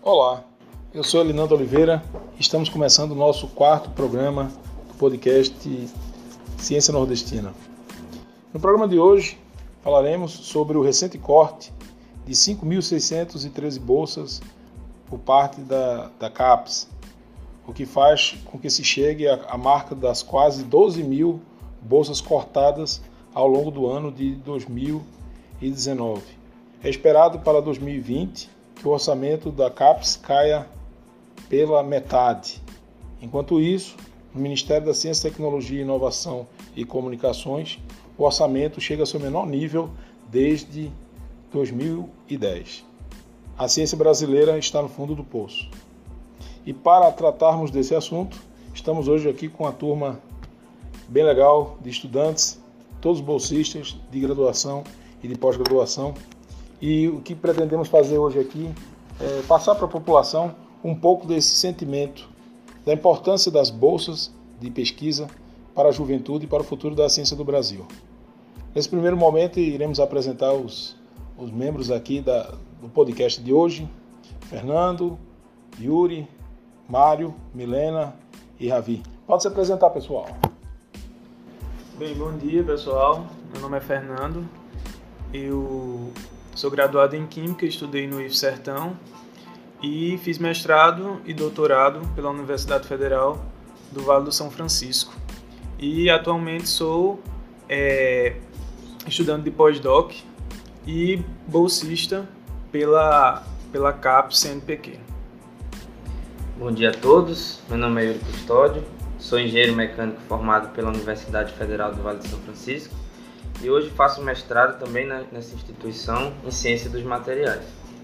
Olá, eu sou Elinando Oliveira e estamos começando o nosso quarto programa do podcast Ciência Nordestina. No programa de hoje falaremos sobre o recente corte de 5.613 bolsas por parte da CAPES, o que faz com que se chegue à marca das quase 12 mil bolsas cortadas ao longo do ano de 2019. É esperado para 2020 que o orçamento da CAPES caia pela metade. Enquanto isso, no Ministério da Ciência, Tecnologia, Inovação e Comunicações, o orçamento chega ao seu menor nível desde 2010. A ciência brasileira está no fundo do poço. E para tratarmos desse assunto, estamos hoje aqui com uma turma bem legal de estudantes, todos bolsistas de graduação e de pós-graduação. E o que pretendemos fazer hoje aqui é passar para a população um pouco desse sentimento, da importância das bolsas de pesquisa para a juventude e para o futuro da ciência do Brasil. Nesse primeiro momento, iremos apresentar os membros aqui do podcast de hoje: Fernando, Yuri, Mário, Milena e Ravi. Pode se apresentar, pessoal. Bem, bom dia, pessoal. Meu nome é Fernando. Eu sou graduado em Química, estudei no IF Sertão e fiz mestrado e doutorado pela Universidade Federal do Vale do São Francisco. E atualmente sou estudante de pós-doc e bolsista pela CAPES CNPq. Bom dia a todos, meu nome é Yuri Custódio, sou engenheiro mecânico formado pela Universidade Federal do Vale do São Francisco e hoje faço mestrado também nessa instituição em Ciência dos Materiais.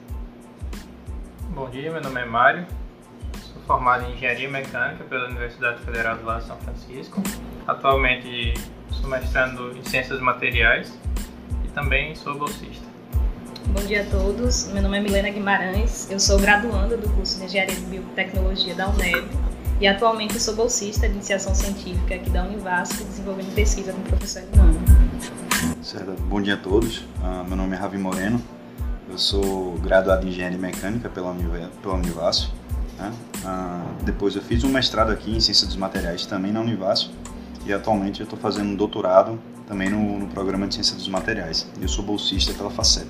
Bom dia, meu nome é Mário, sou formado em Engenharia Mecânica pela Universidade Federal do Vale do São Francisco. Atualmente sou mestrando em Ciências dos Materiais e também sou bolsista. Bom dia a todos, meu nome é Milena Guimarães, eu sou graduanda do curso de Engenharia de Biotecnologia da UNEB e atualmente sou bolsista de iniciação científica aqui da Univasf, desenvolvendo pesquisa com o professor Elinando. Certo. Bom dia a todos, meu nome é Ravi Moreno, eu sou graduado em Engenharia Mecânica pela Univasf, né? Depois eu fiz um mestrado aqui em Ciência dos Materiais também na Univasf e atualmente eu estou fazendo um doutorado também no programa de Ciência dos Materiais. Eu sou bolsista pela FACEP.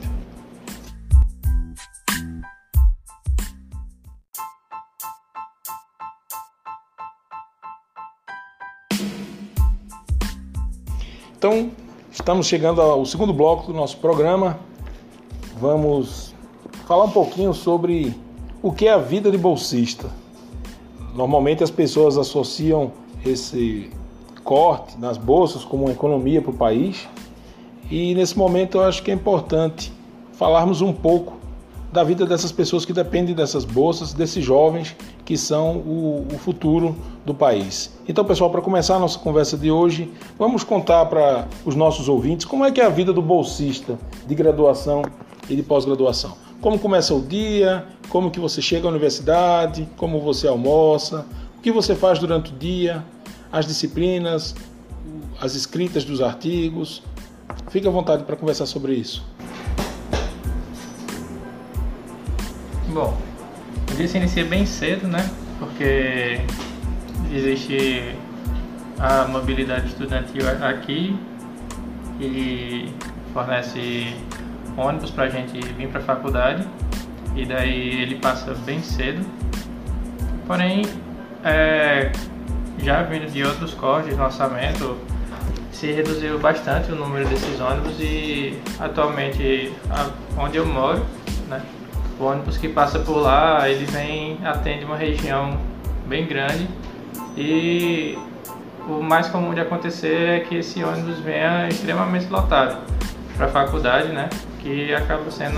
Então, estamos chegando ao segundo bloco do nosso programa. Vamos falar um pouquinho sobre o que é a vida de bolsista. Normalmente as pessoas associam esse corte nas bolsas como uma economia para o país. E nesse momento eu acho que é importante falarmos um pouco da vida dessas pessoas que dependem dessas bolsas, desses jovens que são o futuro do país. Então, pessoal, para começar a nossa conversa de hoje, vamos contar para os nossos ouvintes como é que é a vida do bolsista de graduação e de pós-graduação. Como começa o dia, como que você chega à universidade, como você almoça, o que você faz durante o dia, as disciplinas, as escritas dos artigos. Fique à vontade para conversar sobre isso. Bom, o dia se inicia bem cedo, né? Porque existe a mobilidade estudantil aqui que fornece ônibus para a gente vir para a faculdade e daí ele passa bem cedo. Porém, já vindo de outros cortes no orçamento, se reduziu bastante o número desses ônibus e atualmente onde eu moro, né? O ônibus que passa por lá, ele atende uma região bem grande e o mais comum de acontecer é que esse ônibus venha extremamente lotado para a faculdade, né? Que acaba sendo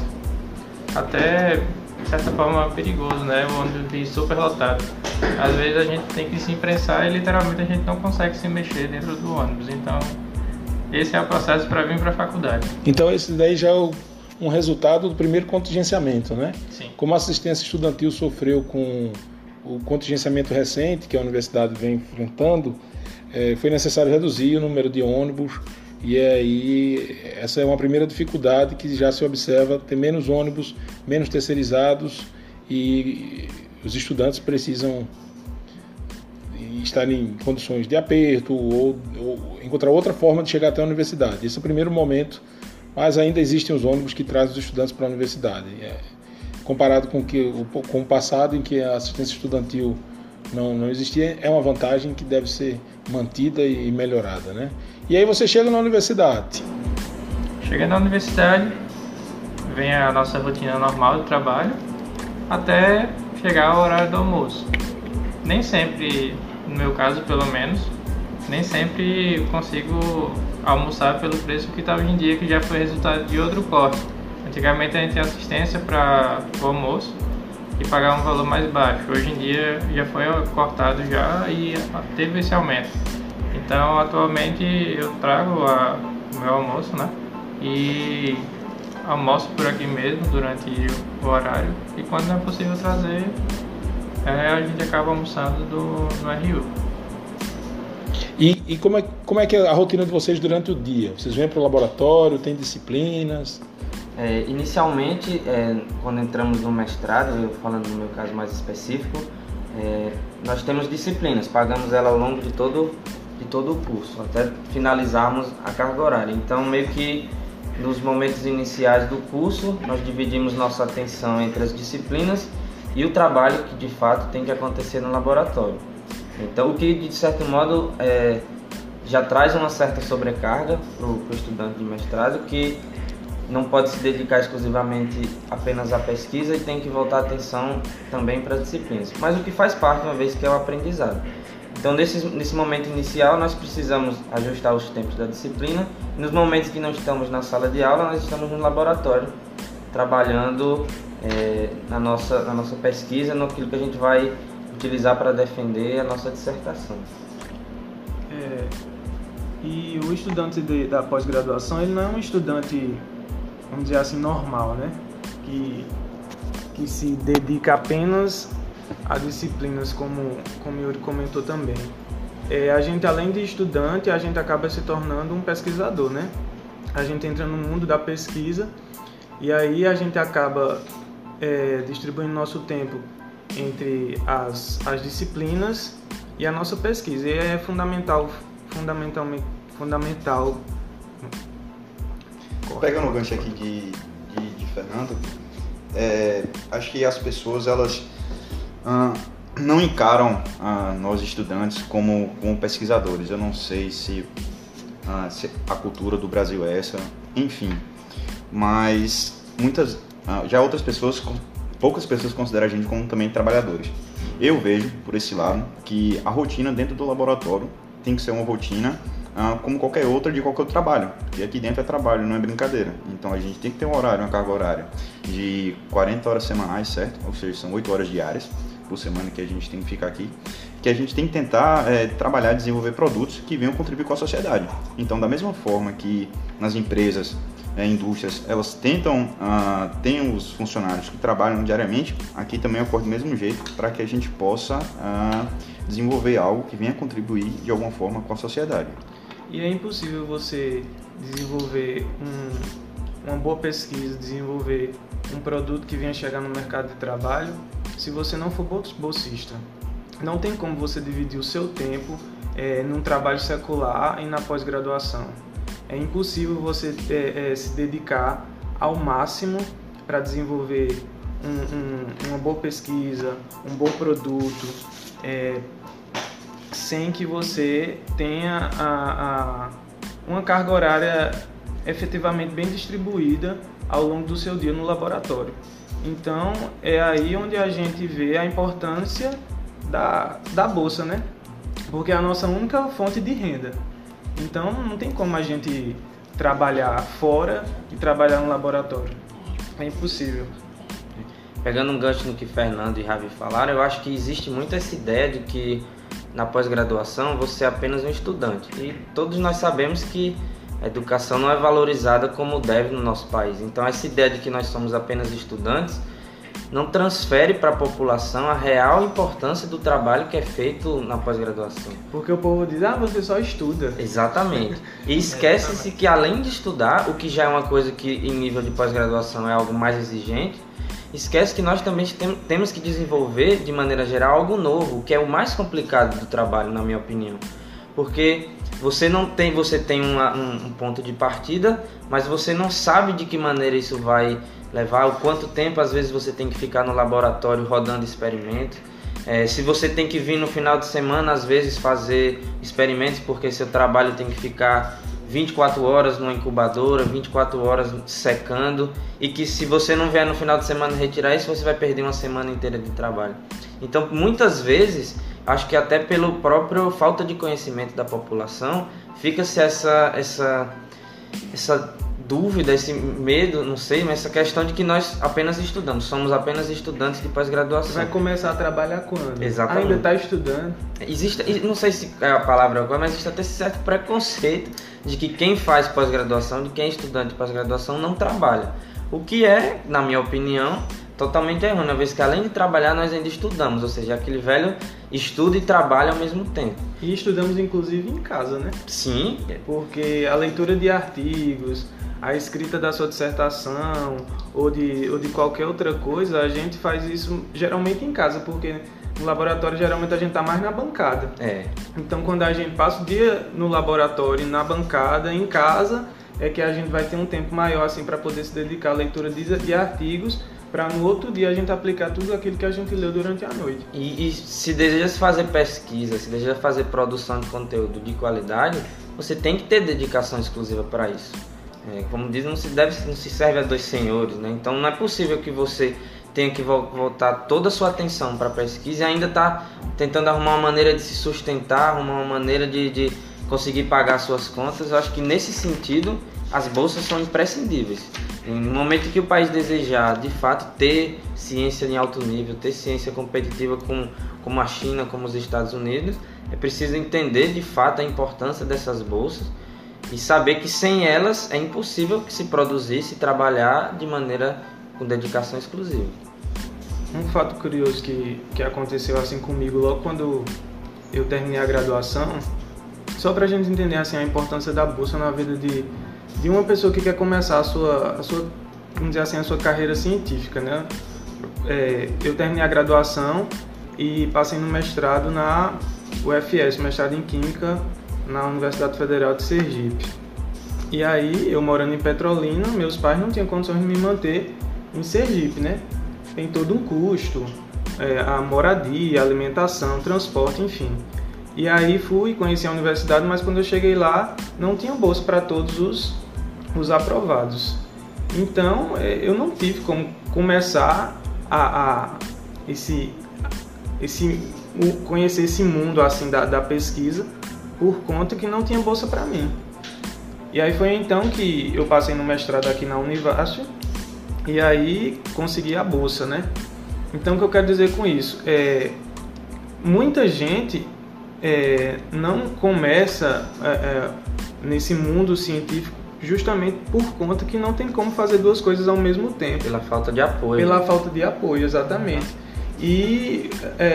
até, de certa forma, perigoso, né? O ônibus vir super lotado. Às vezes a gente tem que se imprensar e literalmente a gente não consegue se mexer dentro do ônibus. Então, esse é o processo para vir para a faculdade. Então, esse daí já é um resultado do primeiro contingenciamento, né? Sim. Como a assistência estudantil sofreu com o contingenciamento recente que a universidade vem enfrentando, foi necessário reduzir o número de ônibus e aí essa é uma primeira dificuldade que já se observa, ter menos ônibus, menos terceirizados e os estudantes precisam estar em condições de aperto ou encontrar outra forma de chegar até a universidade. Esse é o primeiro momento, mas ainda existem os ônibus que trazem os estudantes para a universidade. Comparado com o passado, em que a assistência estudantil não existia, é uma vantagem que deve ser mantida e melhorada, né? E aí você chega na universidade. Chega na universidade, vem a nossa rotina normal do trabalho, até chegar ao horário do almoço. Nem sempre, no meu caso pelo menos, nem sempre consigo almoçar pelo preço que está hoje em dia, que já foi resultado de outro corte. Antigamente a gente tinha assistência para o almoço e pagava um valor mais baixo. Hoje em dia já foi cortado já e teve esse aumento. Então atualmente eu trago o meu almoço, né? E almoço por aqui mesmo durante o horário. E quando não é possível trazer, a gente acaba almoçando no RU. E como é que é a rotina de vocês durante o dia? Vocês vêm para o laboratório, tem disciplinas? Inicialmente, quando entramos no mestrado, eu falando no meu caso mais específico, nós temos disciplinas, pagamos ela ao longo de todo o curso, até finalizarmos a carga horária. Então, meio que nos momentos iniciais do curso, nós dividimos nossa atenção entre as disciplinas e o trabalho que de fato tem que acontecer no laboratório. Então, o que de certo modo já traz uma certa sobrecarga para o estudante de mestrado, que não pode se dedicar exclusivamente apenas à pesquisa e tem que voltar a atenção também para as disciplinas. Mas o que faz parte, uma vez que é o aprendizado. Então, nesse momento inicial, nós precisamos ajustar os tempos da disciplina. Nos momentos que não estamos na sala de aula, nós estamos no laboratório, trabalhando na nossa pesquisa, naquilo que a gente vai utilizar para defender a nossa dissertação. E o estudante da pós-graduação, ele não é um estudante, vamos dizer assim, normal, né? Que se dedica apenas a disciplinas, como o Yuri comentou também. A gente, além de estudante, a gente acaba se tornando um pesquisador, né? A gente entra no mundo da pesquisa e aí a gente acaba distribuindo nosso tempo entre as disciplinas e a nossa pesquisa. E é fundamental. Pegando o gancho aqui de Fernando, acho que as pessoas elas não encaram nós estudantes como pesquisadores. Eu não sei se a cultura do Brasil é essa, enfim, mas já outras pessoas, poucas pessoas consideram a gente como também trabalhadores. Eu vejo, por esse lado, que a rotina dentro do laboratório tem que ser uma rotina como qualquer outra de qualquer outro trabalho. E aqui dentro é trabalho, não é brincadeira. Então a gente tem que ter um horário, uma carga horária de 40 horas semanais, certo? Ou seja, são 8 horas diárias por semana que a gente tem que ficar aqui. Que a gente tem que tentar trabalhar e desenvolver produtos que venham contribuir com a sociedade. Então, da mesma forma que nas empresas, indústrias, elas tentam ter os funcionários que trabalham diariamente, aqui também ocorre do mesmo jeito, para que a gente possa desenvolver algo que venha contribuir de alguma forma com a sociedade. E é impossível você desenvolver uma boa pesquisa, desenvolver um produto que venha chegar no mercado de trabalho se você não for bolsista. Não tem como você dividir o seu tempo num trabalho secular e na pós-graduação. É impossível você se dedicar ao máximo para desenvolver uma boa pesquisa, um bom produto, sem que você tenha uma carga horária efetivamente bem distribuída ao longo do seu dia no laboratório. Então, é aí onde a gente vê a importância da bolsa, né? Porque é a nossa única fonte de renda. Então, não tem como a gente trabalhar fora e trabalhar no laboratório. É impossível. Pegando um gancho no que Fernando e Ravi falaram, eu acho que existe muito essa ideia de que na pós-graduação você é apenas um estudante. E todos nós sabemos que a educação não é valorizada como deve no nosso país. Então, essa ideia de que nós somos apenas estudantes não transfere para a população a real importância do trabalho que é feito na pós-graduação. Porque o povo diz, você só estuda. Exatamente. E esquece-se que além de estudar, o que já é uma coisa que em nível de pós-graduação é algo mais exigente, esquece que nós também temos que desenvolver, de maneira geral, algo novo, que é o mais complicado do trabalho, na minha opinião. Porque você tem um ponto de partida, mas você não sabe de que maneira isso vai levar, o quanto tempo às vezes você tem que ficar no laboratório rodando experimentos. Se você tem que vir no final de semana, às vezes, fazer experimentos, porque seu trabalho tem que ficar 24 horas numa incubadora, 24 horas secando, e que se você não vier no final de semana retirar isso, você vai perder uma semana inteira de trabalho. Então, muitas vezes, acho que até pelo próprio falta de conhecimento da população, fica-se essa dúvida, esse medo, não sei, mas essa questão de que nós apenas estudamos, somos apenas estudantes de pós-graduação. Vai começar a trabalhar quando? Exatamente. Ainda está estudando. Existe, não sei se é a palavra agora, mas existe até esse certo preconceito de que quem faz pós-graduação, de quem é estudante de pós-graduação, não trabalha. O que é, na minha opinião, totalmente errado, uma vez que além de trabalhar nós ainda estudamos, ou seja, aquele velho estuda e trabalha ao mesmo tempo. E estudamos inclusive em casa, né? Sim. Porque a leitura de artigos, a escrita da sua dissertação ou de qualquer outra coisa, a gente faz isso geralmente em casa, porque no laboratório geralmente a gente está mais na bancada. Então quando a gente passa o dia no laboratório, na bancada, em casa, é que a gente vai ter um tempo maior assim para poder se dedicar à leitura de artigos, para no outro dia a gente aplicar tudo aquilo que a gente leu durante a noite. E se deseja fazer pesquisa, se deseja fazer produção de conteúdo de qualidade, você tem que ter dedicação exclusiva para isso. Como diz, não se serve a dois senhores, né? Então não é possível que você tenha que voltar toda a sua atenção para a pesquisa e ainda está tentando arrumar uma maneira de se sustentar, arrumar uma maneira de conseguir pagar suas contas. Eu acho que nesse sentido as bolsas são imprescindíveis. No momento que o país desejar de fato ter ciência em alto nível, ter ciência competitiva como a China, como os Estados Unidos, é preciso entender de fato a importância dessas bolsas e saber que sem elas é impossível que se produzir, se trabalhar de maneira com dedicação exclusiva. Um fato curioso que aconteceu assim comigo logo quando eu terminei a graduação, só para a gente entender assim, a importância da bolsa na vida de uma pessoa que quer começar a sua, vamos dizer assim, a sua carreira científica, né? Eu terminei a graduação e passei no mestrado na UFS, mestrado em Química, na Universidade Federal de Sergipe. E aí, eu morando em Petrolina, meus pais não tinham condições de me manter em Sergipe, né? Tem todo um custo, a moradia, a alimentação, transporte, enfim. E aí conheci a universidade, mas quando eu cheguei lá, não tinha bolsa para todos os aprovados. Então, eu não tive como começar conhecer esse mundo assim da pesquisa, por conta que não tinha bolsa para mim. E aí foi então que eu passei no mestrado aqui na Univasf e aí consegui a bolsa, né? Então o que eu quero dizer com isso? Muita gente não começa nesse mundo científico justamente por conta que não tem como fazer duas coisas ao mesmo tempo. Pela falta de apoio. Pela falta de apoio, exatamente. E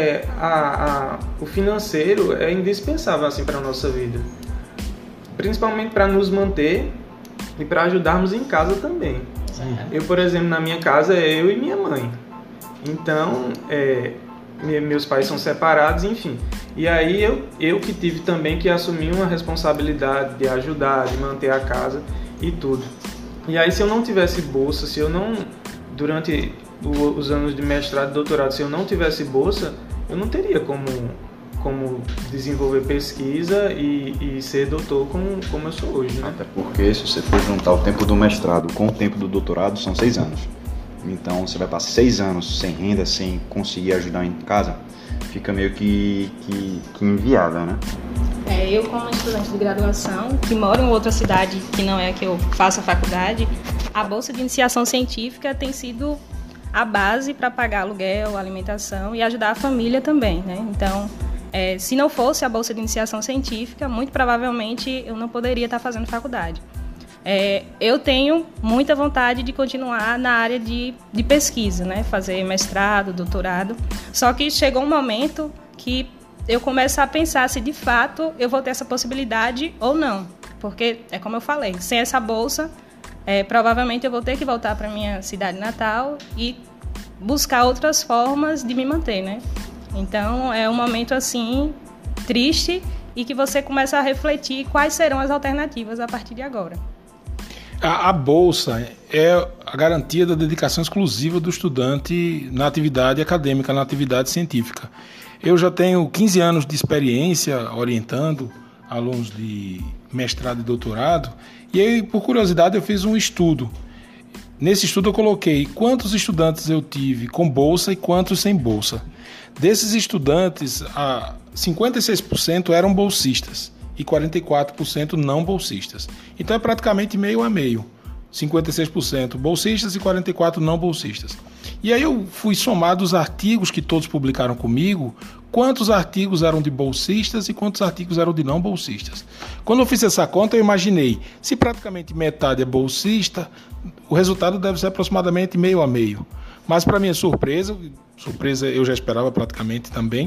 o financeiro é indispensável assim, para a nossa vida, principalmente para nos manter e para ajudarmos em casa também. Eu, por exemplo, na minha casa é eu e minha mãe, então meus pais são separados, enfim. E aí eu que tive também que assumir uma responsabilidade de ajudar, de manter a casa e tudo. E aí se eu não tivesse bolsa, se eu não, durante os anos de mestrado e doutorado, se eu não tivesse bolsa, eu não teria como desenvolver pesquisa e ser doutor como eu sou hoje, né? Até porque se você for juntar o tempo do mestrado com o tempo do doutorado, são 6 anos. Então você vai passar 6 anos sem renda, sem conseguir ajudar em casa, fica meio que inviável, né? Eu, como estudante de graduação, que moro em outra cidade que não é a que eu faço a faculdade, a bolsa de iniciação científica tem sido a base para pagar aluguel, alimentação e ajudar a família também, né? Então, se não fosse a bolsa de iniciação científica, muito provavelmente eu não poderia estar fazendo faculdade. Eu tenho muita vontade de continuar na área de pesquisa, né? Fazer mestrado, doutorado, só que chegou um momento que eu começo a pensar se de fato eu vou ter essa possibilidade ou não, porque como eu falei, sem essa bolsa, provavelmente eu vou ter que voltar para minha cidade natal e buscar outras formas de me manter, né? Então, é um momento, assim, triste e que você começa a refletir quais serão as alternativas a partir de agora. A bolsa é a garantia da dedicação exclusiva do estudante na atividade acadêmica, na atividade científica. Eu já tenho 15 anos de experiência orientando alunos de mestrado e doutorado, e aí, por curiosidade, eu fiz um estudo. Nesse estudo eu coloquei quantos estudantes eu tive com bolsa e quantos sem bolsa. Desses estudantes, 56% eram bolsistas e 44% não bolsistas. Então é praticamente meio a meio. 56% bolsistas e 44% não bolsistas. E aí eu fui somar dos artigos que todos publicaram comigo, quantos artigos eram de bolsistas e quantos artigos eram de não bolsistas. Quando eu fiz essa conta, eu imaginei, se praticamente metade é bolsista, o resultado deve ser aproximadamente meio a meio. Mas, para minha surpresa eu já esperava praticamente também,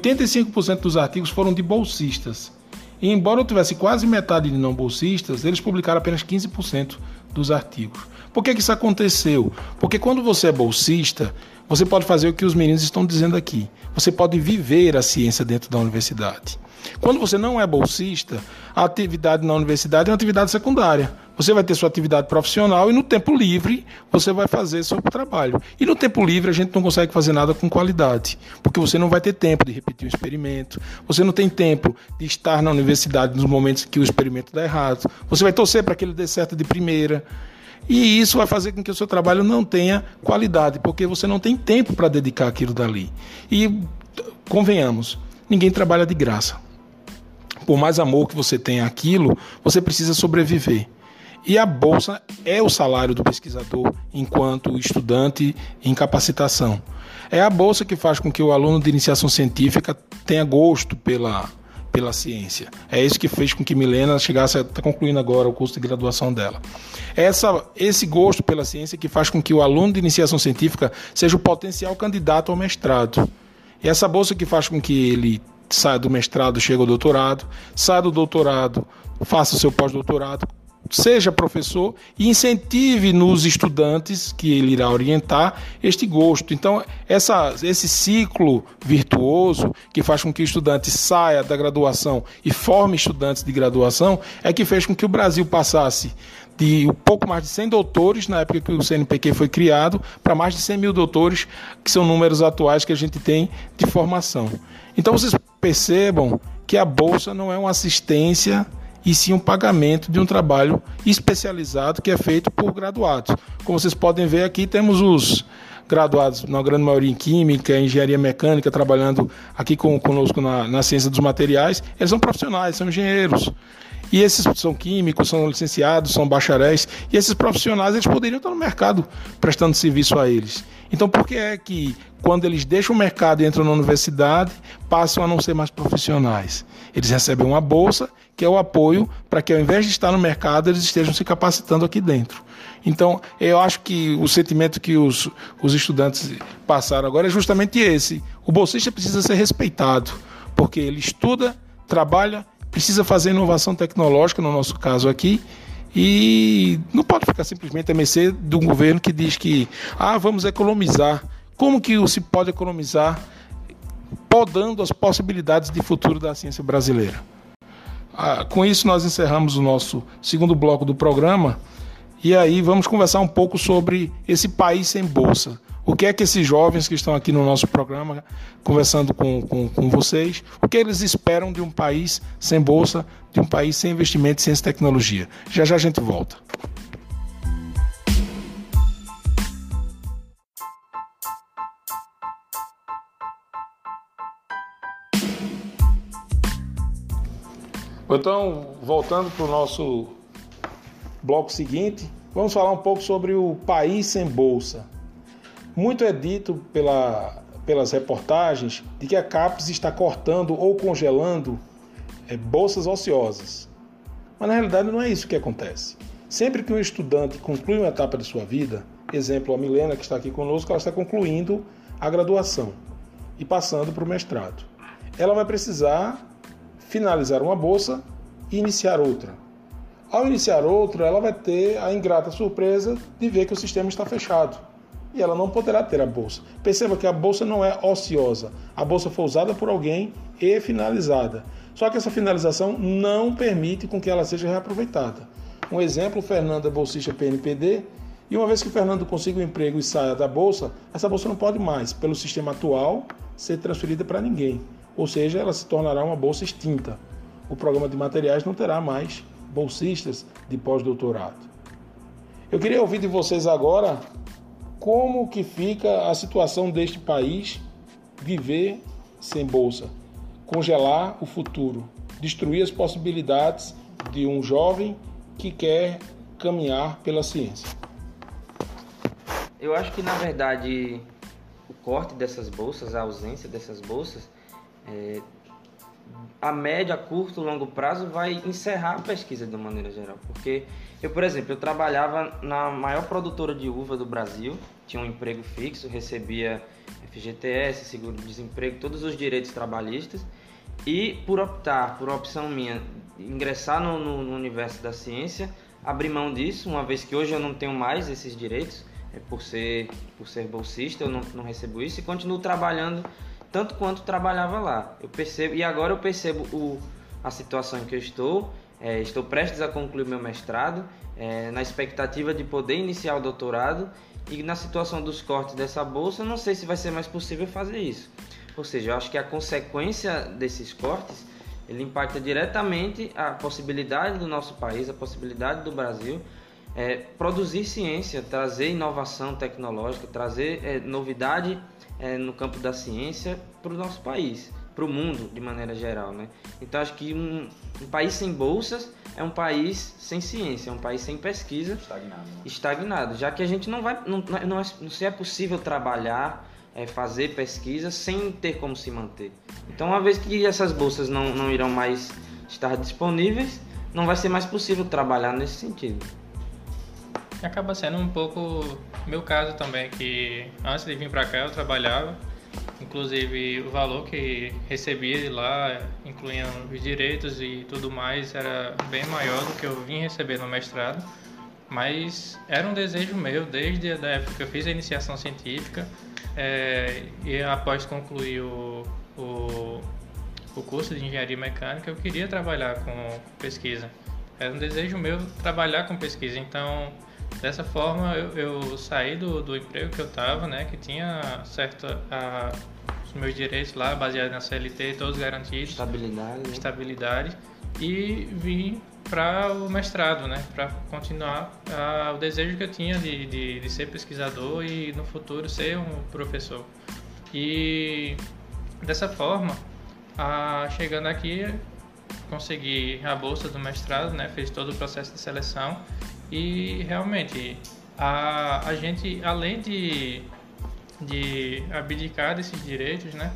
85% dos artigos foram de bolsistas. E embora eu tivesse quase metade de não bolsistas, eles publicaram apenas 15% dos artigos. Por que isso aconteceu? Porque quando você é bolsista, você pode fazer o que os meninos estão dizendo aqui. Você pode viver a ciência dentro da universidade. Quando você não é bolsista, a atividade na universidade é uma atividade secundária. Você vai ter sua atividade profissional e no tempo livre você vai fazer seu trabalho. E no tempo livre a gente não consegue fazer nada com qualidade, porque você não vai ter tempo de repetir um experimento, você não tem tempo de estar na universidade nos momentos que o experimento dá errado, você vai torcer para que ele dê certo de primeira. E isso vai fazer com que o seu trabalho não tenha qualidade, porque você não tem tempo para dedicar aquilo dali. E, convenhamos, ninguém trabalha de graça. Por mais amor que você tenha àquilo, você precisa sobreviver. E a bolsa é o salário do pesquisador enquanto estudante em capacitação. É a bolsa que faz com que o aluno de iniciação científica tenha gosto pela ciência. É isso que fez com que Milena chegasse a estar concluindo agora o curso de graduação dela. Esse gosto pela ciência que faz com que o aluno de iniciação científica seja o potencial candidato ao mestrado. E essa bolsa que faz com que ele saia do mestrado, chegue ao doutorado, saia do doutorado, faça o seu pós-doutorado, seja professor e incentive nos estudantes que ele irá orientar este gosto. Então, esse ciclo virtuoso que faz com que o estudante saia da graduação e forme estudantes de graduação é que fez com que o Brasil passasse de um pouco mais de 100 doutores, na época que o CNPq foi criado, para mais de 100 mil doutores, que são números atuais que a gente tem de formação. Então, vocês percebam que a bolsa não é uma assistência e sim um pagamento de um trabalho especializado que é feito por graduados. Como vocês podem ver aqui, temos os graduados, na grande maioria em Química, Engenharia Mecânica, trabalhando aqui conosco na ciência dos materiais. Eles são profissionais, são engenheiros. E esses são químicos, são licenciados, são bacharéis. E esses profissionais eles poderiam estar no mercado prestando serviço a eles. Então, por que é que, quando eles deixam o mercado e entram na universidade, passam a não ser mais profissionais? Eles recebem uma bolsa, que é o apoio para que, ao invés de estar no mercado, eles estejam se capacitando aqui dentro. Então, eu acho que o sentimento que os estudantes passaram agora é justamente esse. O bolsista precisa ser respeitado, porque ele estuda, trabalha, precisa fazer inovação tecnológica, no nosso caso aqui, e não pode ficar simplesmente à mercê de um governo que diz que vamos economizar. Como que se pode economizar podando as possibilidades de futuro da ciência brasileira? Com isso nós encerramos o nosso segundo bloco do programa e aí vamos conversar um pouco sobre esse país sem bolsa. O que é que esses jovens que estão aqui no nosso programa, conversando com vocês, o que eles esperam de um país sem bolsa, de um país sem investimento em ciência e tecnologia? Já já a gente volta. Então, voltando para o nosso bloco seguinte, vamos falar um pouco sobre o país sem bolsa. Muito é dito pelas reportagens de que a CAPES está cortando ou congelando bolsas ociosas. Mas na realidade não é isso que acontece. Sempre que um estudante conclui uma etapa de sua vida, exemplo, a Milena que está aqui conosco, ela está concluindo a graduação e passando para o mestrado. Ela vai precisar finalizar uma bolsa e iniciar outra. Ao iniciar outra, ela vai ter a ingrata surpresa de ver que o sistema está fechado. e ela não poderá ter a bolsa. Perceba que a bolsa não é ociosa. A bolsa foi usada por alguém e finalizada. Só que essa finalização não permite com que ela seja reaproveitada. Um exemplo, o Fernando é bolsista PNPD, e uma vez que o Fernando consiga um emprego e saia da bolsa, essa bolsa não pode mais, pelo sistema atual, ser transferida para ninguém. Ou seja, ela se tornará uma bolsa extinta. O programa de materiais não terá mais bolsistas de pós-doutorado. Eu queria ouvir de vocês agora como que fica a situação deste país viver sem bolsa, congelar o futuro, destruir as possibilidades de um jovem que quer caminhar pela ciência. Eu acho que, na verdade, o corte dessas bolsas, a ausência dessas bolsas, a médio, a curto, longo prazo vai encerrar a pesquisa de maneira geral. Porque eu, por exemplo, eu trabalhava na maior produtora de uva do Brasil, tinha um emprego fixo, recebia FGTS, seguro-desemprego, todos os direitos trabalhistas, e por opção minha, ingressar no universo da ciência, abrir mão disso, uma vez que hoje eu não tenho mais esses direitos, por ser bolsista, eu não recebo isso, e continuo trabalhando tanto quanto trabalhava lá. Agora eu percebo a situação em que eu estou prestes a concluir meu mestrado, na expectativa de poder iniciar o doutorado, e na situação dos cortes dessa bolsa, não sei se vai ser mais possível fazer isso. Ou seja, eu acho que a consequência desses cortes, ele impacta diretamente a possibilidade do nosso país, a possibilidade do Brasil, produzir ciência, trazer inovação tecnológica, trazer novidade no campo da ciência para o nosso país, para o mundo de maneira geral, né? Então acho que um país sem bolsas é um país sem ciência, é um país sem pesquisa, estagnado, já que a gente não é possível trabalhar, fazer pesquisa sem ter como se manter. Então, uma vez que essas bolsas não irão mais estar disponíveis, não vai ser mais possível trabalhar nesse sentido. Acaba sendo um pouco meu caso também, que antes de vir para cá eu trabalhava, inclusive o valor que recebia de lá, incluindo os direitos e tudo mais, era bem maior do que eu vim receber no mestrado, mas era um desejo meu desde a época que eu fiz a iniciação científica, e após concluir o curso de engenharia mecânica, eu queria trabalhar com pesquisa. Era um desejo meu trabalhar com pesquisa, então dessa forma eu saí do emprego que eu estava, né, que tinha os meus direitos lá, baseados na CLT, todos garantidos, estabilidade, e vim para o mestrado, né, para continuar o desejo que eu tinha de ser pesquisador e no futuro ser um professor. E dessa forma, chegando aqui, consegui a bolsa do mestrado, né, fiz todo o processo de seleção. E realmente a gente, além de abdicar desses direitos, né,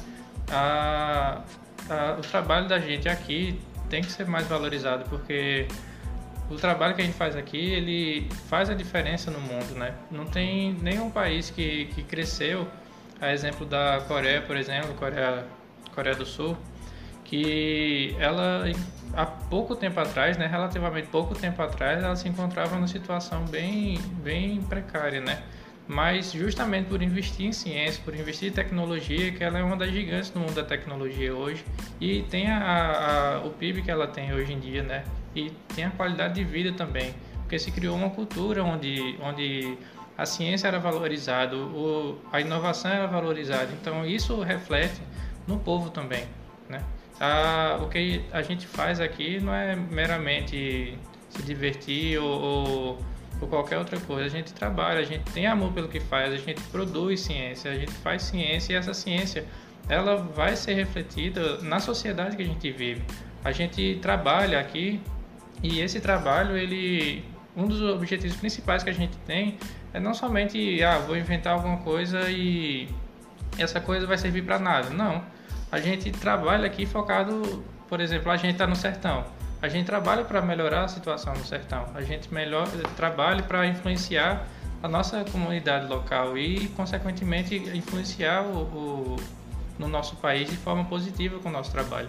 o trabalho da gente aqui tem que ser mais valorizado, porque o trabalho que a gente faz aqui, ele faz a diferença no mundo, né? Não tem nenhum país que cresceu, a exemplo da Coreia, por exemplo, Coreia do Sul, que ela há pouco tempo atrás, né, relativamente pouco tempo atrás, ela se encontrava numa situação bem precária, né? Mas justamente por investir em ciência, por investir em tecnologia, que ela é uma das gigantes no mundo da tecnologia hoje, e tem o PIB que ela tem hoje em dia, né? E tem a qualidade de vida também, porque se criou uma cultura onde a ciência era valorizada, a inovação era valorizada, então isso reflete no povo também, né? O que a gente faz aqui não é meramente se divertir ou qualquer outra coisa. A gente trabalha, a gente tem amor pelo que faz, a gente produz ciência, a gente faz ciência, e essa ciência ela vai ser refletida na sociedade que a gente vive. A gente trabalha aqui, e esse trabalho, um dos objetivos principais que a gente tem é não somente vou inventar alguma coisa e essa coisa vai servir para nada. Não. A gente trabalha aqui focado, por exemplo, a gente está no sertão. A gente trabalha para melhorar a situação no sertão. A gente trabalha para influenciar a nossa comunidade local e, consequentemente, influenciar no nosso país de forma positiva com o nosso trabalho.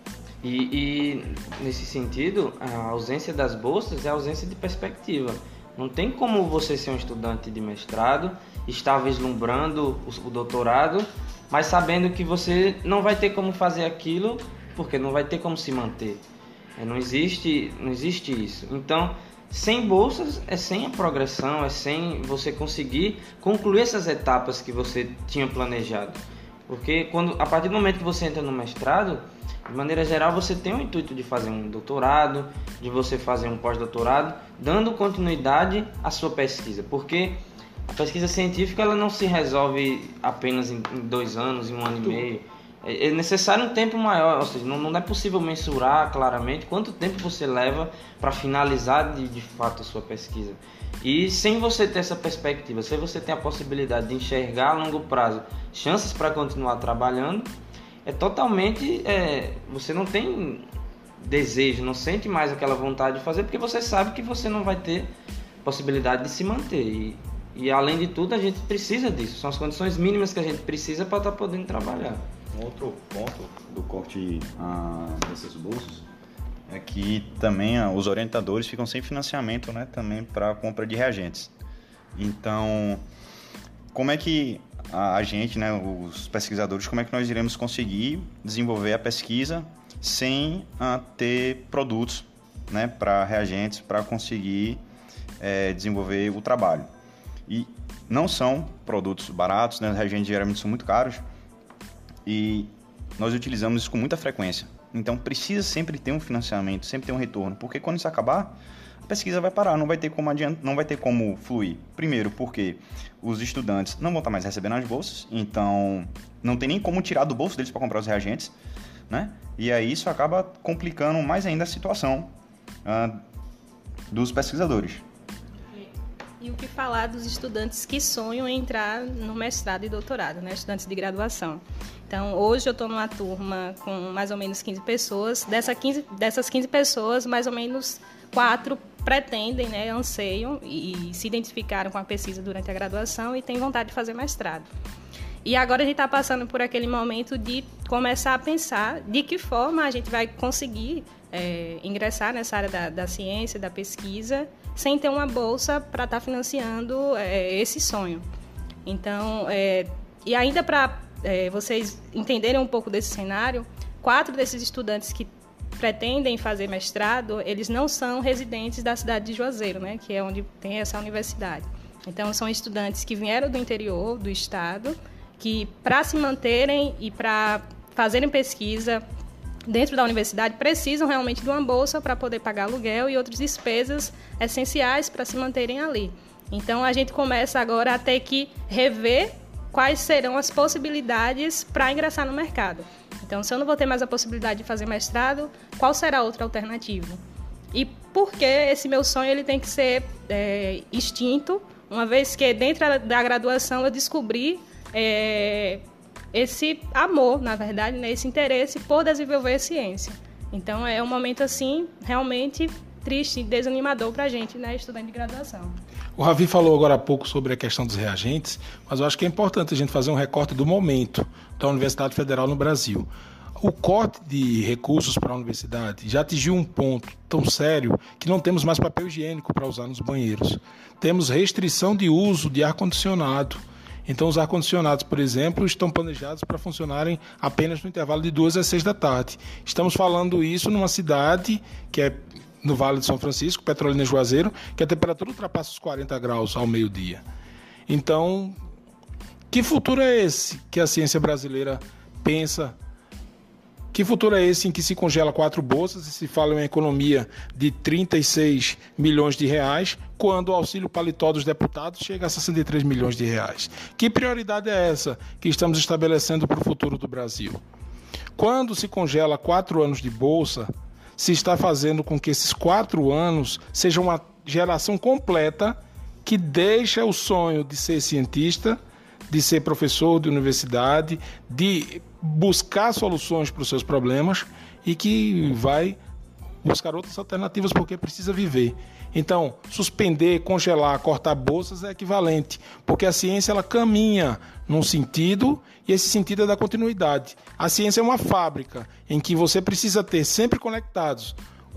E nesse sentido, a ausência das bolsas é a ausência de perspectiva. Não tem como você ser um estudante de mestrado, estar vislumbrando o doutorado, mas sabendo que você não vai ter como fazer aquilo, porque não vai ter como se manter. Não existe isso. Então, sem bolsas é sem a progressão, é sem você conseguir concluir essas etapas que você tinha planejado. Porque a partir do momento que você entra no mestrado, de maneira geral, você tem o intuito de fazer um doutorado, de você fazer um pós-doutorado, dando continuidade à sua pesquisa. Porque a pesquisa científica ela não se resolve apenas em 2 anos, em 1 ano e meio. É necessário um tempo maior, ou seja, não é possível mensurar claramente quanto tempo você leva para finalizar de fato a sua pesquisa. E sem você ter essa perspectiva, sem você ter a possibilidade de enxergar a longo prazo chances para continuar trabalhando, você não tem desejo, não sente mais aquela vontade de fazer, porque você sabe que você não vai ter possibilidade de se manter. E além de tudo, a gente precisa disso, são as condições mínimas que a gente precisa para estar podendo trabalhar. Um outro ponto do corte dessas bolsas é que também os orientadores ficam sem financiamento, né, também para a compra de reagentes. Então, como é que a gente, né, os pesquisadores, como é que nós iremos conseguir desenvolver a pesquisa sem ter produtos, né, para reagentes, para conseguir desenvolver o trabalho? E não são produtos baratos, né, os reagentes geralmente são muito caros, e nós utilizamos isso com muita frequência. Então precisa sempre ter um financiamento, sempre ter um retorno, porque quando isso acabar, a pesquisa vai parar, não vai ter como fluir. Primeiro, porque os estudantes não vão estar mais recebendo as bolsas, então não tem nem como tirar do bolso deles para comprar os reagentes, né? E aí isso acaba complicando mais ainda a situação dos pesquisadores. E o que falar dos estudantes que sonham em entrar no mestrado e doutorado, né? Estudantes de graduação. Então, hoje eu estou numa turma com mais ou menos 15 pessoas. Dessas 15 pessoas, mais ou menos 4 pretendem, né, anseiam e se identificaram com a pesquisa durante a graduação e têm vontade de fazer mestrado. E agora a gente está passando por aquele momento de começar a pensar de que forma a gente vai conseguir ingressar nessa área da ciência, da pesquisa, sem ter uma bolsa para estar financiando esse sonho. Então, e ainda para vocês entenderem um pouco desse cenário, 4 desses estudantes que pretendem fazer mestrado, eles não são residentes da cidade de Juazeiro, né, que é onde tem essa universidade. Então, são estudantes que vieram do interior do estado, que para se manterem e para fazerem pesquisa dentro da universidade precisam realmente de uma bolsa para poder pagar aluguel e outras despesas essenciais para se manterem ali. Então, a gente começa agora a ter que rever quais serão as possibilidades para ingressar no mercado. Então, se eu não vou ter mais a possibilidade de fazer mestrado, qual será a outra alternativa? E por que esse meu sonho ele tem que ser extinto, uma vez que dentro da graduação eu descobri esse amor, na verdade, né, esse interesse por desenvolver ciência. Então, é um momento, assim, realmente triste e desanimador para a gente, né, estudante de graduação. O Ravi falou agora há pouco sobre a questão dos reagentes, mas eu acho que é importante a gente fazer um recorte do momento da Universidade Federal no Brasil. O corte de recursos para a universidade já atingiu um ponto tão sério que não temos mais papel higiênico para usar nos banheiros. Temos restrição de uso de ar-condicionado. Então, os ar-condicionados, por exemplo, estão planejados para funcionarem apenas no intervalo de 2 às 6 da tarde. Estamos falando isso numa cidade que é no Vale de São Francisco, Petrolina e Juazeiro, que a temperatura ultrapassa os 40 graus ao meio-dia. Então, que futuro é esse que a ciência brasileira pensa? Que futuro é esse em que se congela 4 bolsas e se fala em uma economia de 36 milhões de reais, quando o auxílio paletó dos deputados chega a 63 milhões de reais? Que prioridade é essa que estamos estabelecendo para o futuro do Brasil? Quando se congela 4 anos de bolsa, se está fazendo com que esses 4 anos sejam uma geração completa que deixa o sonho de ser cientista, de ser professor de universidade, de buscar soluções para os seus problemas e que vai buscar outras alternativas porque precisa viver. Então, suspender, congelar, cortar bolsas é equivalente, porque a ciência ela caminha num sentido e esse sentido é da continuidade. A ciência é uma fábrica em que você precisa ter sempre conectados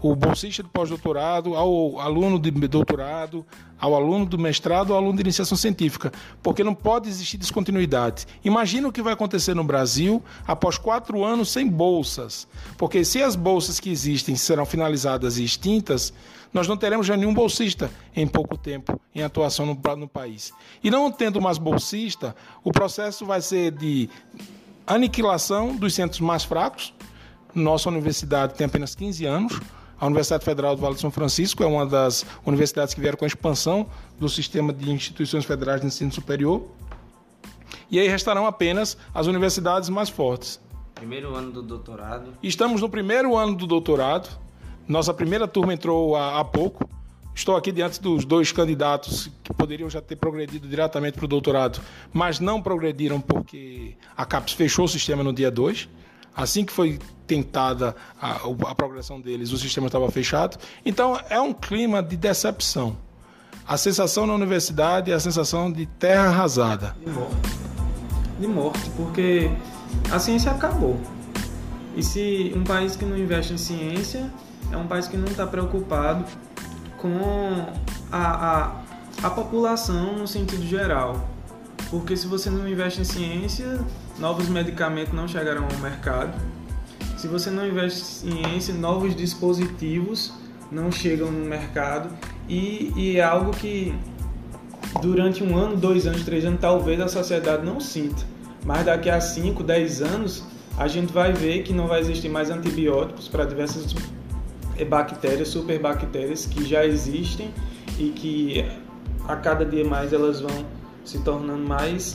o bolsista de pós-doutorado, ao aluno de doutorado, ao aluno do mestrado, ao aluno de iniciação científica, porque não pode existir descontinuidade. Imagina o que vai acontecer no Brasil após 4 anos sem bolsas, porque se as bolsas que existem serão finalizadas e extintas, nós não teremos já nenhum bolsista em pouco tempo em atuação no país. E não tendo mais bolsista, o processo vai ser de aniquilação dos centros mais fracos. Nossa universidade tem apenas 15 anos. A Universidade Federal do Vale de São Francisco é uma das universidades que vieram com a expansão do sistema de instituições federais de ensino superior. E aí restarão apenas as universidades mais fortes. Primeiro ano do doutorado. Estamos no primeiro ano do doutorado. Nossa primeira turma entrou há pouco. Estou aqui diante dos 2 candidatos que poderiam já ter progredido diretamente para o doutorado, mas não progrediram porque a CAPES fechou o sistema no dia 2. Assim que foi tentada a progressão deles, o sistema estava fechado. Então, é um clima de decepção. A sensação na universidade é a sensação de terra arrasada. De morte, porque a ciência acabou. E se um país que não investe em ciência é um país que não está preocupado com a população no sentido geral. Porque se você não investe em ciência, novos medicamentos não chegarão ao mercado. Se você não investe em ciência, novos dispositivos não chegam no mercado. E é algo que durante 1 ano, 2 anos, 3 anos, talvez a sociedade não sinta. Mas daqui a 5, 10 anos, a gente vai ver que não vai existir mais antibióticos para diversas bactérias, superbactérias que já existem e que a cada dia mais elas vão se tornando mais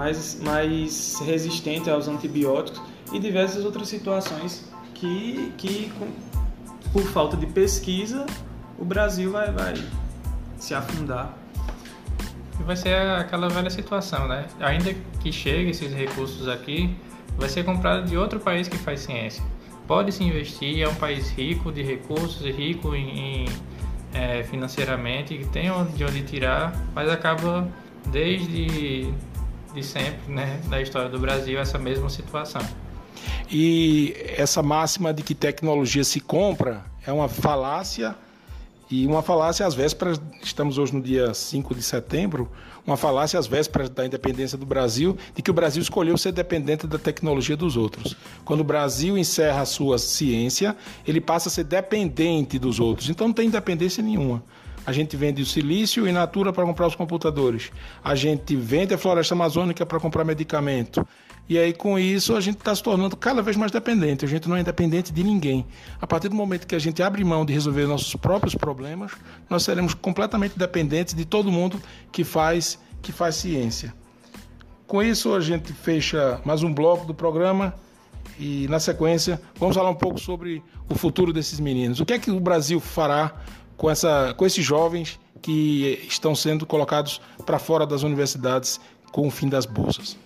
resistentes aos antibióticos e diversas outras situações que por falta de pesquisa o Brasil vai se afundar. E vai ser aquela velha situação, né? Ainda que chegue esses recursos aqui, vai ser comprado de outro país que faz ciência. Pode se investir, é um país rico de recursos e rico financeiramente, que tem de onde tirar, mas acaba desde sempre, né, da história do Brasil, essa mesma situação. E essa máxima de que tecnologia se compra é uma falácia, e uma falácia às vésperas, estamos hoje no dia 5 de setembro, uma falácia às vésperas da independência do Brasil, de que o Brasil escolheu ser dependente da tecnologia dos outros. Quando o Brasil encerra a sua ciência, ele passa a ser dependente dos outros, então não tem independência nenhuma. A gente vende o silício in natura para comprar os computadores. A gente vende a floresta amazônica para comprar medicamento. E aí, com isso, a gente está se tornando cada vez mais dependente. A gente não é independente de ninguém. A partir do momento que a gente abre mão de resolver nossos próprios problemas, nós seremos completamente dependentes de todo mundo que faz ciência. Com isso, a gente fecha mais um bloco do programa e, na sequência, vamos falar um pouco sobre o futuro desses meninos. O que é que o Brasil fará com esses jovens que estão sendo colocados para fora das universidades com o fim das bolsas?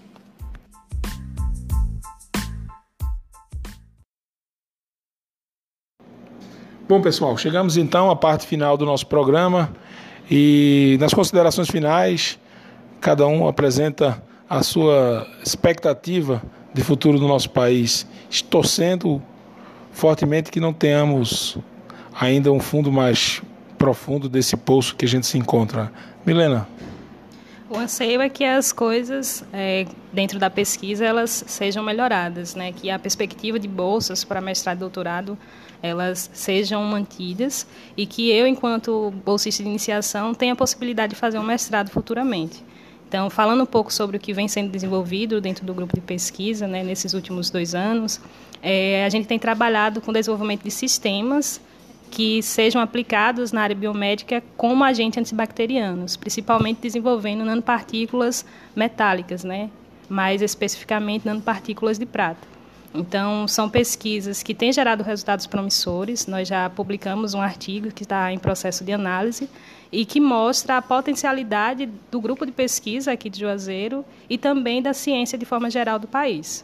Bom, pessoal, chegamos então à parte final do nosso programa e nas considerações finais, cada um apresenta a sua expectativa de futuro do nosso país, torcendo fortemente que não tenhamos ainda um fundo mais profundo desse poço que a gente se encontra. Milena? O anseio é que as coisas dentro da pesquisa elas sejam melhoradas, né? Que a perspectiva de bolsas para mestrado e doutorado elas sejam mantidas e que eu, enquanto bolsista de iniciação, tenha a possibilidade de fazer um mestrado futuramente. Então, falando um pouco sobre o que vem sendo desenvolvido dentro do grupo de pesquisa, né, nesses últimos 2 anos, a gente tem trabalhado com o desenvolvimento de sistemas que sejam aplicados na área biomédica como agentes antibacterianos, principalmente desenvolvendo nanopartículas metálicas, né, mais especificamente nanopartículas de prata. Então, são pesquisas que têm gerado resultados promissores. Nós já publicamos um artigo que está em processo de análise e que mostra a potencialidade do grupo de pesquisa aqui de Juazeiro e também da ciência de forma geral do país.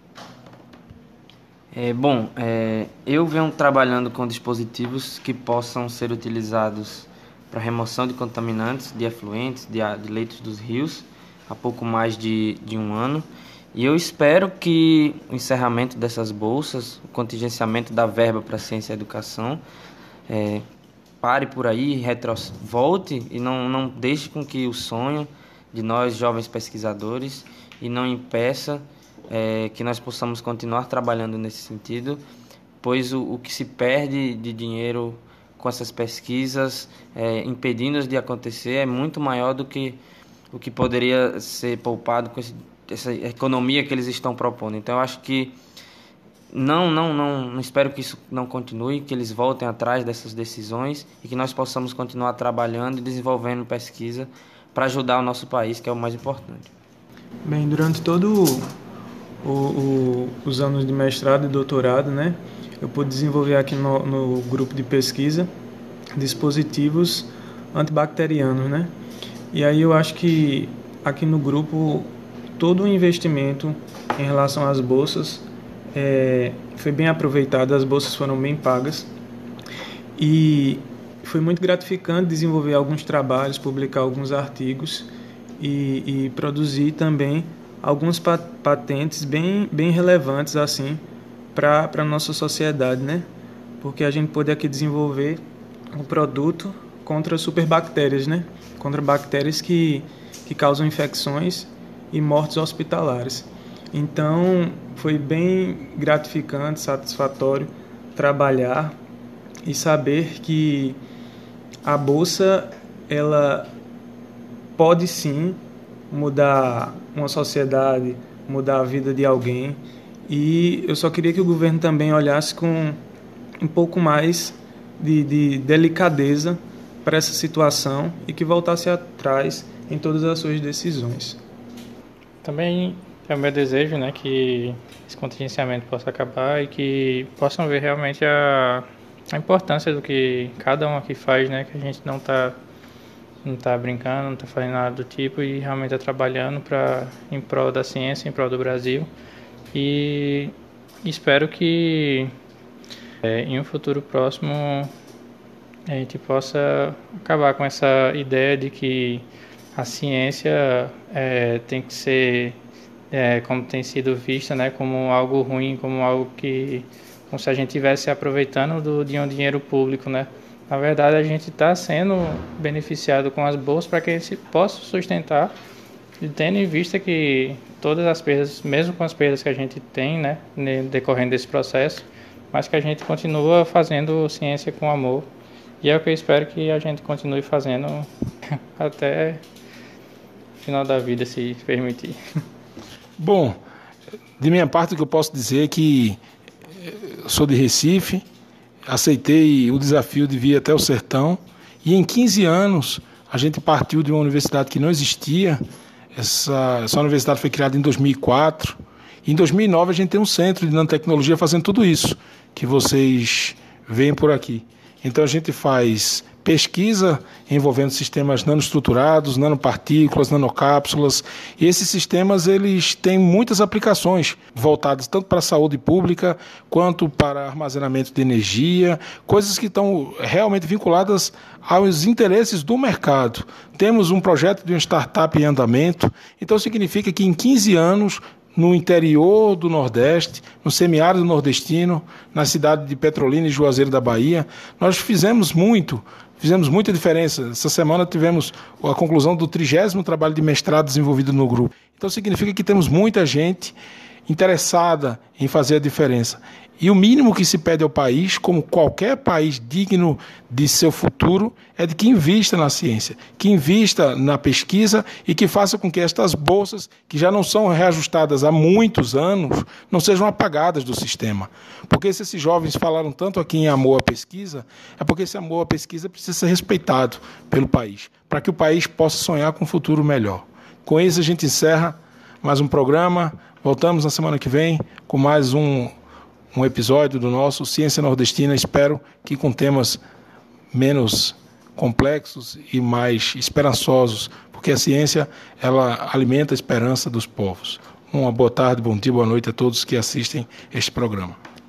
Eu venho trabalhando com dispositivos que possam ser utilizados para remoção de contaminantes, de efluentes, de leitos dos rios, há pouco mais de 1 ano. E eu espero que o encerramento dessas bolsas, o contingenciamento da verba para ciência e educação, pare por aí, volte e não deixe com que o sonho de nós, jovens pesquisadores, e não impeça que nós possamos continuar trabalhando nesse sentido, pois o que se perde de dinheiro com essas pesquisas, impedindo-as de acontecer, é muito maior do que o que poderia ser poupado com essa economia que eles estão propondo. Então, eu acho que não espero que isso não continue, que eles voltem atrás dessas decisões e que nós possamos continuar trabalhando e desenvolvendo pesquisa para ajudar o nosso país, que é o mais importante. Bem, durante todos os anos de mestrado e doutorado, né, eu pude desenvolver aqui no grupo de pesquisa dispositivos antibacterianos, né? E aí eu acho que aqui no grupo todo o investimento em relação às bolsas foi bem aproveitado, as bolsas foram bem pagas e foi muito gratificante desenvolver alguns trabalhos, publicar alguns artigos e produzir também algumas patentes bem relevantes assim para a nossa sociedade, né? Porque a gente pôde aqui desenvolver um produto contra superbactérias, né? Contra bactérias que causam infecções e mortes hospitalares. Então, foi bem gratificante, satisfatório trabalhar e saber que a bolsa, ela pode sim mudar uma sociedade, mudar a vida de alguém. E eu só queria que o governo também olhasse com um pouco mais de delicadeza para essa situação e que voltasse atrás em todas as suas decisões. Também é o meu desejo, né, que esse contingenciamento possa acabar e que possam ver realmente a importância do que cada um aqui faz, né, que a gente não tá brincando, não está fazendo nada do tipo e realmente está trabalhando em prol da ciência, em prol do Brasil. E espero que em um futuro próximo a gente possa acabar com essa ideia de que a ciência tem que ser, como tem sido vista, né, como algo ruim, como algo como se a gente estivesse aproveitando de um dinheiro público, né? Na verdade, a gente está sendo beneficiado com as bolsas para que a gente possa sustentar, e tendo em vista que todas as perdas, mesmo com as perdas que a gente tem, né, decorrendo desse processo, mas que a gente continua fazendo ciência com amor. E é o que eu espero que a gente continue fazendo até o final da vida, se permitir. Bom, de minha parte, o que eu posso dizer é que eu sou de Recife, aceitei o desafio de vir até o sertão e em 15 anos a gente partiu de uma universidade que não existia. Essa universidade foi criada em 2004 e em 2009 a gente tem um centro de nanotecnologia fazendo tudo isso que vocês veem por aqui. Então a gente faz pesquisa envolvendo sistemas nanoestruturados, nanopartículas, nanocápsulas, e esses sistemas eles têm muitas aplicações voltadas tanto para a saúde pública quanto para armazenamento de energia, coisas que estão realmente vinculadas aos interesses do mercado. Temos um projeto de uma startup em andamento, então significa que em 15 anos, no interior do Nordeste, no semiárido nordestino, na cidade de Petrolina e Juazeiro da Bahia, nós fizemos muita diferença. Essa semana tivemos a conclusão do 30º trabalho de mestrado desenvolvido no grupo. Então significa que temos muita gente interessada em fazer a diferença. E o mínimo que se pede ao país, como qualquer país digno de seu futuro, é de que invista na ciência, que invista na pesquisa e que faça com que estas bolsas, que já não são reajustadas há muitos anos, não sejam apagadas do sistema. Porque se esses jovens falaram tanto aqui em amor à pesquisa, é porque esse amor à pesquisa precisa ser respeitado pelo país, para que o país possa sonhar com um futuro melhor. Com isso a gente encerra mais um programa. Voltamos na semana que vem com mais um episódio do nosso Ciência Nordestina, espero que com temas menos complexos e mais esperançosos, porque a ciência ela alimenta a esperança dos povos. Uma boa tarde, bom dia, boa noite a todos que assistem este programa.